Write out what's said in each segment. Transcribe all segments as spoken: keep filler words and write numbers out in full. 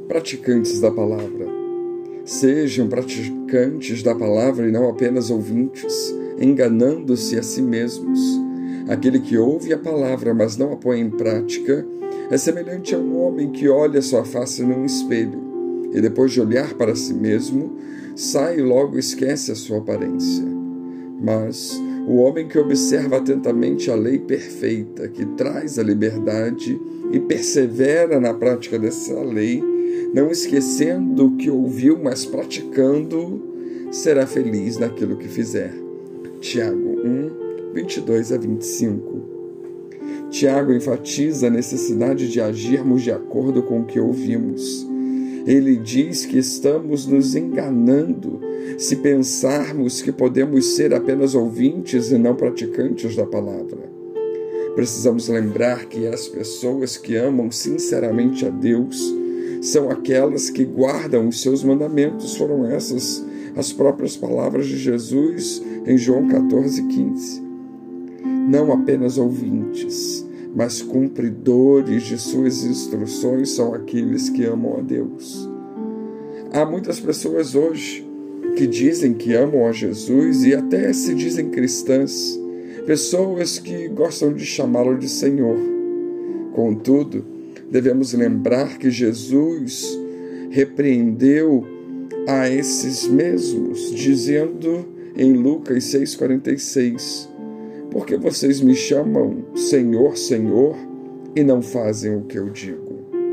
Praticantes da palavra. Sejam praticantes da palavra e não apenas ouvintes, enganando-se a si mesmos. Aquele que ouve a palavra, mas não a põe em prática, é semelhante a um homem que olha sua face num espelho, e depois de olhar para si mesmo, sai e logo esquece a sua aparência. Mas o homem que observa atentamente a lei perfeita, que traz a liberdade, e persevera na prática dessa lei, não esquecendo o que ouviu, mas praticando, será feliz naquilo que fizer. Tiago um, vinte e dois a vinte e cinco. Tiago enfatiza a necessidade de agirmos de acordo com o que ouvimos. Ele diz que estamos nos enganando se pensarmos que podemos ser apenas ouvintes e não praticantes da palavra. Precisamos lembrar que as pessoas que amam sinceramente a Deus são aquelas que guardam os seus mandamentos. Foram essas as próprias palavras de Jesus em João catorze, quinze. Não apenas ouvintes, mas cumpridores de suas instruções são aqueles que amam a Deus. Há muitas pessoas hoje que dizem que amam a Jesus e até se dizem cristãs, pessoas que gostam de chamá-lo de Senhor. Contudo, devemos lembrar que Jesus repreendeu a esses mesmos, dizendo em Lucas seis, quarenta e seis, "Por que vocês me chamam Senhor, Senhor, e não fazem o que eu digo?"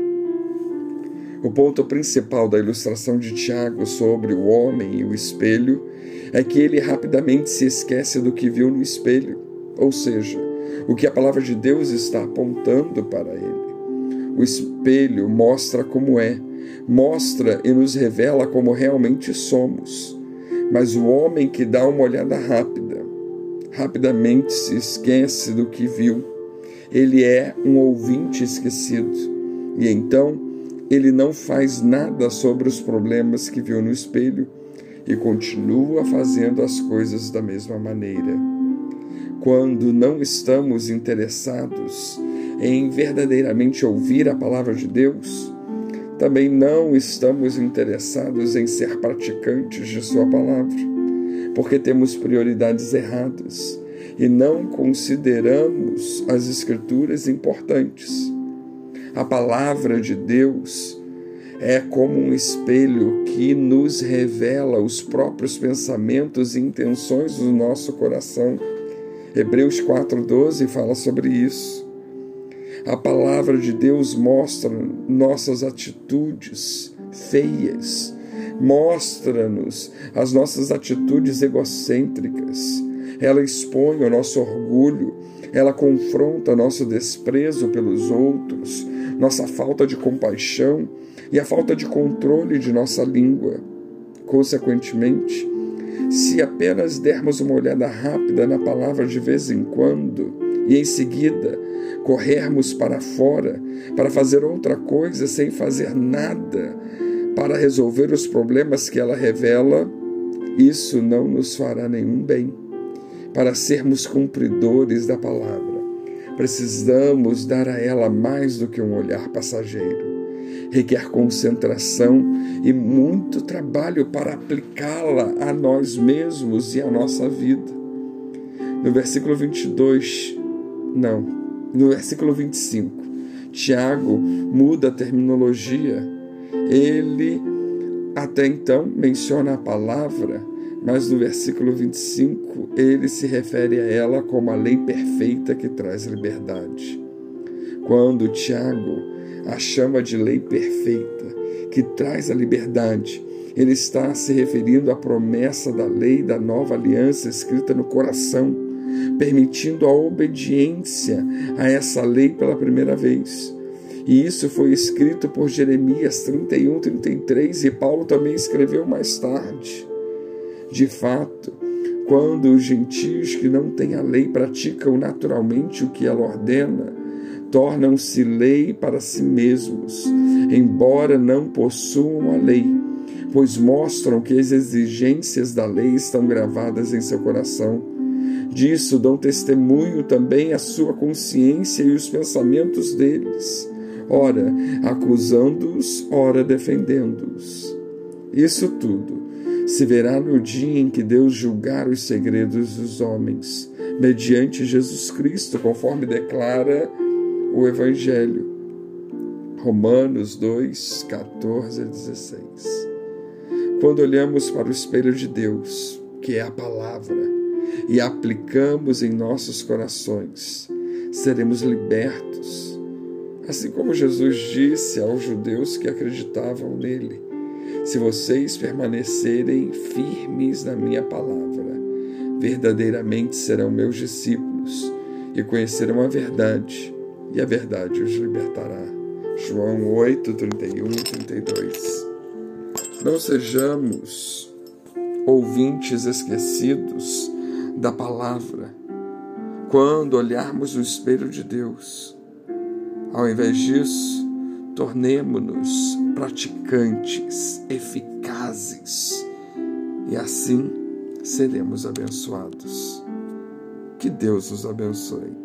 O ponto principal da ilustração de Tiago sobre o homem e o espelho é que ele rapidamente se esquece do que viu no espelho, ou seja, o que a palavra de Deus está apontando para ele. O espelho mostra como é, mostra e nos revela como realmente somos, mas o homem que dá uma olhada rápida, rapidamente se esquece do que viu. Ele é um ouvinte esquecido, e então ele não faz nada sobre os problemas que viu no espelho e continua fazendo as coisas da mesma maneira. Quando não estamos interessados em verdadeiramente ouvir a palavra de Deus, também não estamos interessados em ser praticantes de sua palavra, porque temos prioridades erradas e não consideramos as Escrituras importantes. A palavra de Deus é como um espelho que nos revela os próprios pensamentos e intenções do nosso coração. Hebreus quatro, doze fala sobre isso. A palavra de Deus mostra nossas atitudes feias, mostra-nos as nossas atitudes egocêntricas. Ela expõe o nosso orgulho, ela confronta nosso desprezo pelos outros, nossa falta de compaixão e a falta de controle de nossa língua. Consequentemente, se apenas dermos uma olhada rápida na palavra de vez em quando e em seguida corrermos para fora para fazer outra coisa sem fazer nada para resolver os problemas que ela revela, isso não nos fará nenhum bem. Para sermos cumpridores da palavra, precisamos dar a ela mais do que um olhar passageiro. Requer concentração e muito trabalho para aplicá-la a nós mesmos e à nossa vida. No versículo vinte e dois, não, no versículo vinte e cinco, Tiago muda a terminologia. Ele até então menciona a palavra, mas no versículo vinte e cinco ele se refere a ela como a lei perfeita que traz liberdade. Quando Tiago a chama de lei perfeita que traz a liberdade, ele está se referindo à promessa da lei da nova aliança escrita no coração, permitindo a obediência a essa lei pela primeira vez. E isso foi escrito por Jeremias trinta e um, trinta e três, e Paulo também escreveu mais tarde. De fato, quando os gentios que não têm a lei praticam naturalmente o que ela ordena, tornam-se lei para si mesmos, embora não possuam a lei, pois mostram que as exigências da lei estão gravadas em seu coração. Disso dão testemunho também a sua consciência e os pensamentos deles. ora acusando-os, ora defendendo-os. Isso tudo se verá no dia em que Deus julgar os segredos dos homens, mediante Jesus Cristo, conforme declara o Evangelho. Romanos dois, quatorze a dezesseis. Quando olhamos para o espelho de Deus, que é a palavra, e a aplicamos em nossos corações, seremos libertos. Assim como Jesus disse aos judeus que acreditavam nele: se vocês permanecerem firmes na minha palavra, verdadeiramente serão meus discípulos e conhecerão a verdade, e a verdade os libertará. João oito, trinta e um e trinta e dois. Não sejamos ouvintes esquecidos da palavra quando olharmos o espelho de Deus. Ao invés disso, tornemo-nos praticantes, eficazes, e assim seremos abençoados. Que Deus nos abençoe.